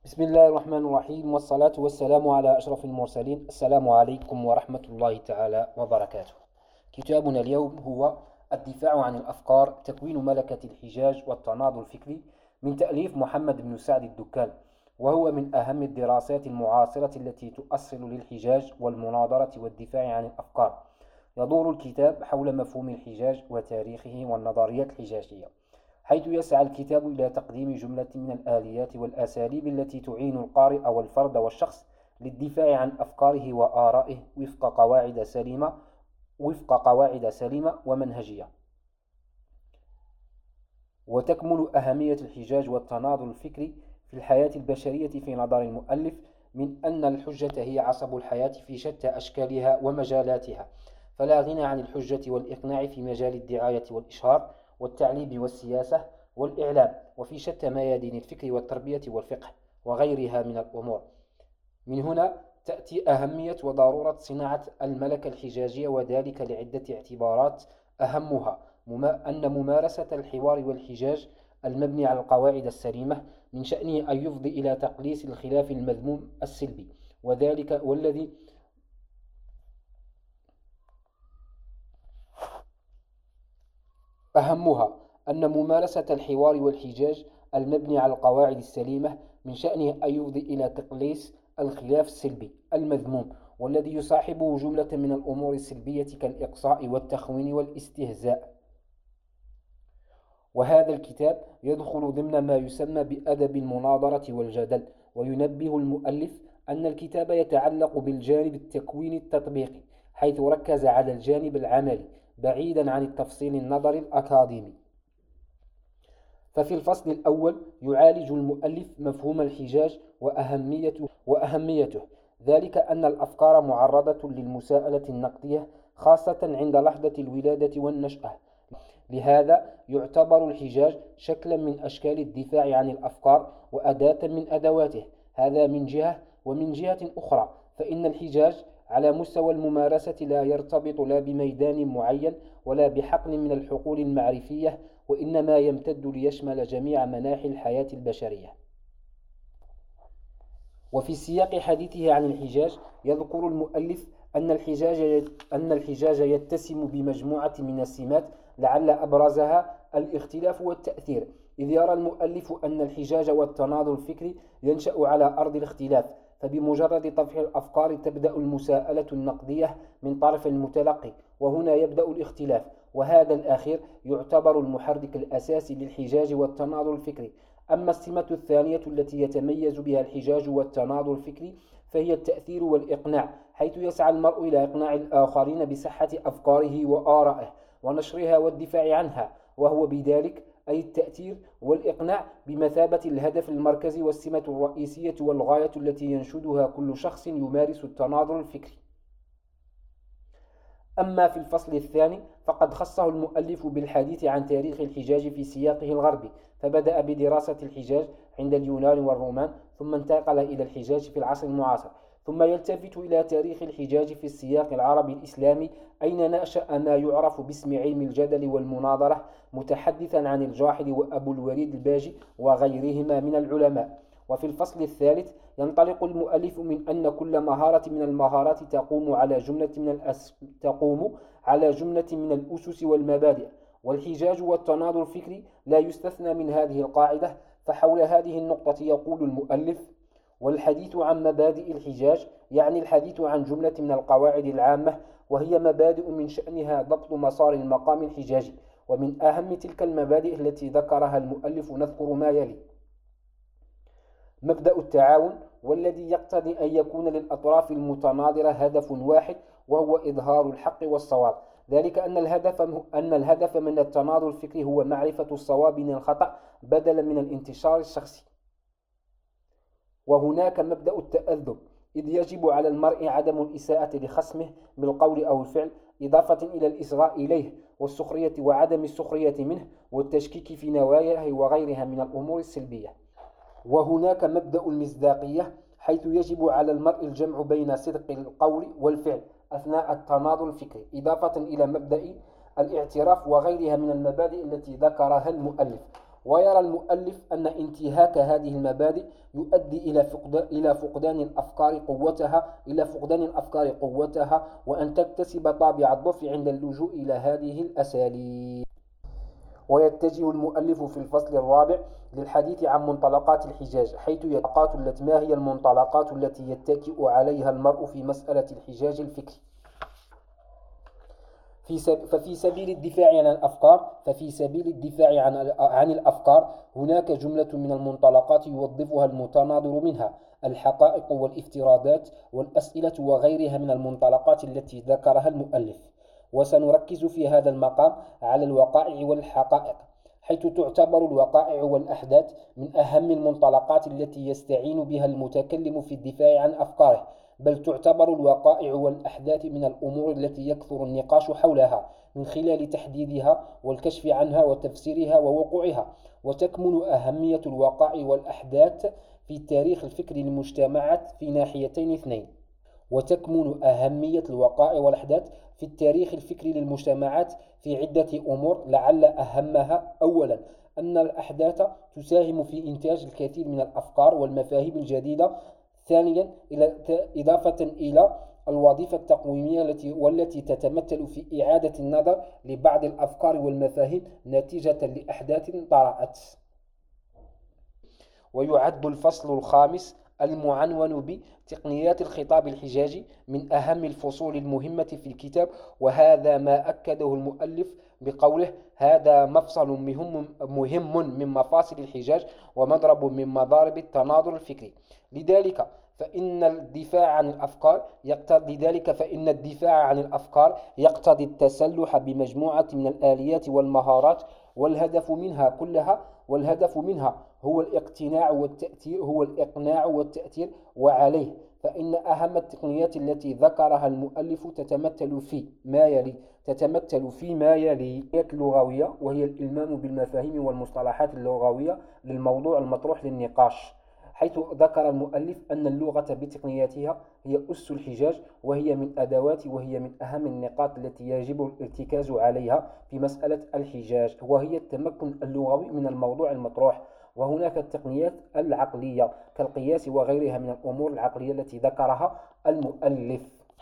بسم الله الرحمن الرحيم، والصلاة والسلام على أشرف المرسلين. السلام عليكم ورحمة الله تعالى وبركاته. كتابنا اليوم هو الدفاع عن الأفكار، تكوين ملكة الحجاج والتناضل الفكري، من تأليف محمد بن سعد الدكان، وهو من أهم الدراسات المعاصرة التي تؤصل للحجاج والمناظرة والدفاع عن الأفكار. يدور الكتاب حول مفهوم الحجاج وتاريخه والنظريات الحجاجية، حيث يسعى الكتاب إلى تقديم جملة من الآليات والأساليب التي تعين القارئ والفرد والشخص للدفاع عن أفكاره وآرائه وفق قواعد سليمة ومنهجية. وتكمن أهمية الحجاج والتناضل الفكري في الحياة البشرية في نظر المؤلف من أن الحجة هي عصب الحياة في شتى أشكالها ومجالاتها، فلا غنى عن الحجة والإقناع في مجال الدعاية والإشهار والتعليم والسياسة والإعلام، وفي شتى ميادين الفكر والتربية والفقه وغيرها من الأمور. من هنا تأتي أهمية وضرورة صناعة الملكة الحجاجية، وذلك لعدة اعتبارات، أهمها أن ممارسة الحوار والحجاج المبني على القواعد السليمة من شأنه أن يفضي إلى تقليص الخلاف المذموم السلبي، وذلك والذي أهمها أن ممارسة الحوار والحجاج المبني على القواعد السليمة من شأنه أن يفضي إلى تقليص الخلاف السلبي المذموم، والذي يصاحبه جملة من الأمور السلبية كالإقصاء والتخوين والاستهزاء. وهذا الكتاب يدخل ضمن ما يسمى بأدب المناظرة والجدل، وينبه المؤلف أن الكتاب يتعلق بالجانب التكويني التطبيقي، حيث ركز على الجانب العملي بعيدا عن التفصيل النظري الأكاديمي. ففي الفصل الأول يعالج المؤلف مفهوم الحجاج وأهميته، ذلك أن الأفكار معرضة للمساءلة النقدية، خاصة عند لحظة الولادة والنشأة. لهذا يعتبر الحجاج شكلا من أشكال الدفاع عن الأفكار وأداة من أدواته، هذا من جهة. ومن جهة أخرى فإن الحجاج على مستوى الممارسة لا يرتبط لا بميدان معين ولا بحقل من الحقول المعرفية، وإنما يمتد ليشمل جميع مناحي الحياة البشرية. وفي سياق حديثه عن الحجاج يذكر المؤلف أن الحجاج يتسم بمجموعة من السمات، لعل أبرزها الاختلاف والتأثير، إذ يرى المؤلف أن الحجاج والتناضل الفكري ينشأ على أرض الاختلاف، فبمجرد طرح الأفكار تبدأ المساءلة النقدية من طرف المتلقي، وهنا يبدأ الاختلاف، وهذا الأخير يعتبر المحرك الأساسي للحجاج والتناضل الفكري. أما السمة الثانية التي يتميز بها الحجاج والتناضل الفكري فهي التأثير والإقناع، حيث يسعى المرء إلى إقناع الآخرين بصحة أفكاره وآرائه ونشرها والدفاع عنها، وهو بذلك أي التأثير والإقناع بمثابة الهدف المركزي والسمة الرئيسية والغاية التي ينشدها كل شخص يمارس التناضل الفكري. أما في الفصل الثاني فقد خصه المؤلف بالحديث عن تاريخ الحجاج في سياقه الغربي، فبدأ بدراسة الحجاج عند اليونان والرومان، ثم انتقل إلى الحجاج في العصر المعاصر، ثم يلتفت إلى تاريخ الحجاج في السياق العربي الإسلامي، أين نشأ ما يعرف باسم علم الجدل والمناظرة، متحدثا عن الجاحظ وأبو الوليد الباجي وغيرهما من العلماء. وفي الفصل الثالث ينطلق المؤلف من أن كل مهارة من المهارات تقوم على جملة من الأسس والمبادئ، والحجاج والتناظر الفكري لا يستثنى من هذه القاعدة. فحول هذه النقطة يقول المؤلف: والحديث عن مبادئ الحجاج يعني الحديث عن جملة من القواعد العامة، وهي مبادئ من شأنها ضبط مسار المقام الحجاجي. ومن أهم تلك المبادئ التي ذكرها المؤلف نذكر ما يلي: مبدأ التعاون، والذي يقتضي أن يكون للأطراف المتناظرة هدف واحد، وهو إظهار الحق والصواب، ذلك أن الهدف من التناظر الفكري هو معرفة الصواب من الخطأ بدلا من الانتشار الشخصي. وهناك مبدأ التأدب، إذ يجب على المرء عدم الإساءة لخصمه بالقول أو الفعل، إضافة إلى الإصغاء إليه والسخرية وعدم السخرية منه والتشكيك في نواياه وغيرها من الأمور السلبية. وهناك مبدأ المصداقية، حيث يجب على المرء الجمع بين صدق القول والفعل أثناء التناظر الفكري، إضافة إلى مبدأ الاعتراف وغيرها من المبادئ التي ذكرها المؤلف. ويرى المؤلف أن انتهاك هذه المبادئ يؤدي إلى فقدان الأفكار قوتها وأن تكتسب طابع الضعف عند اللجوء إلى هذه الأساليب. ويتجه المؤلف في الفصل الرابع للحديث عن منطلقات الحجاج، حيث ما هي المنطلقات التي يتكئ عليها المرء في مسألة الحجاج الفكري. ففي سبيل الدفاع عن الأفكار هناك جملة من المنطلقات يوظفها المتناظر منها الحقائق والافتراضات والأسئلة وغيرها من المنطلقات التي ذكرها المؤلف. وسنركز في هذا المقام على الوقائع والحقائق، حيث تعتبر الوقائع والأحداث من أهم المنطلقات التي يستعين بها المتكلم في الدفاع عن أفكاره، بل تعتبر الوقائع والأحداث من الأمور التي يكثر النقاش حولها من خلال تحديدها والكشف عنها وتفسيرها ووقوعها. وتكمن أهمية الوقائع والأحداث في التاريخ الفكري للمجتمعات في ناحيتين اثنين. في عدة أمور، لعل أهمها: أولا، أن الأحداث تساهم في إنتاج الكثير من الأفكار والمفاهيم الجديدة. ثانيا، إضافة إلى الوظيفة التقويمية والتي تتمثل في إعادة النظر لبعض الأفكار والمفاهيم نتيجة لأحداث طرأت. ويعد الفصل الخامس المعنون بتقنيات الخطاب الحجاجي من أهم الفصول المهمة في الكتاب، وهذا ما أكده المؤلف بقوله: هذا مفصل مهم من مفاصل الحجاج ومضرب من مضارب التناظر الفكري. لذلك فإن الدفاع عن الأفكار يقتضي التسلح بمجموعة من الآليات والمهارات، والهدف منها هو الإقناع والتأثير. وعليه فإن أهم التقنيات التي ذكرها المؤلف تتمثل في ما يلي: اللغوية، وهي الإلمام بالمفاهيم والمصطلحات اللغوية للموضوع المطروح للنقاش، حيث ذكر المؤلف أن اللغة بتقنياتها هي أس الحجاج، وهي من أهم النقاط التي يجب الارتكاز عليها في مسألة الحجاج، وهي التمكن اللغوي من الموضوع المطروح. وهناك التقنيات العقلية كالقياس وغيرها من الأمور العقلية التي ذكرها المؤلف.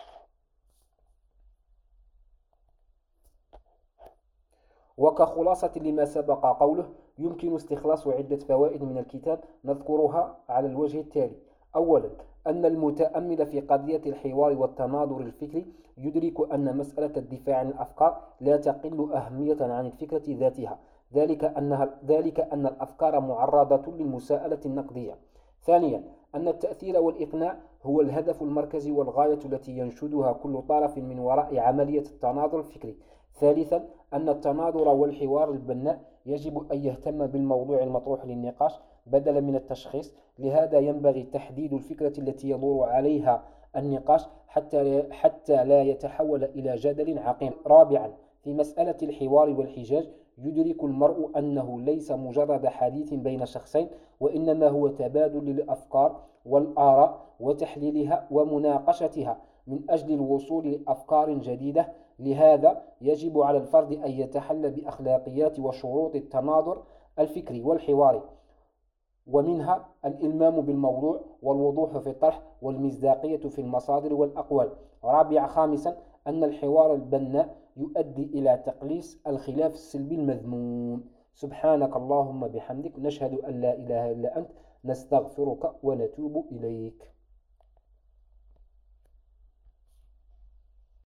وكخلاصة لما سبق قوله، يمكن استخلاص عدة فوائد من الكتاب، نذكرها على الوجه التالي: أولا، أن المتأمل في قضية الحوار والتناظر الفكري يدرك أن مسألة الدفاع عن الأفكار لا تقل أهمية عن الفكرة ذاتها، ذلك أن الأفكار معرضة للمساءلة النقدية. ثانيا، أن التأثير والإقناع هو الهدف المركزي والغاية التي ينشدها كل طرف من وراء عملية التناظر الفكري. ثالثا، أن التناظر والحوار البناء يجب أن يهتم بالموضوع المطروح للنقاش بدلا من التشخيص، لهذا ينبغي تحديد الفكرة التي يدور عليها النقاش حتى لا يتحول إلى جدل عقيم. رابعا، في مسألة الحوار والحجاج يدرك المرء أنه ليس مجرد حديث بين شخصين، وإنما هو تبادل للأفكار والآراء وتحليلها ومناقشتها من أجل الوصول لأفكار جديدة. لهذا يجب على الفرد أن يتحلى بأخلاقيات وشروط التناظر الفكري والحواري، ومنها الإلمام بالموضوع والوضوح في الطرح والمصداقية في المصادر والأقوال. خامسا، أن الحوار البناء يؤدي إلى تقليص الخلاف السلبي المذموم. سبحانك اللهم بحمدك، نشهد أن لا إله إلا أنت، نستغفرك ونتوب إليك.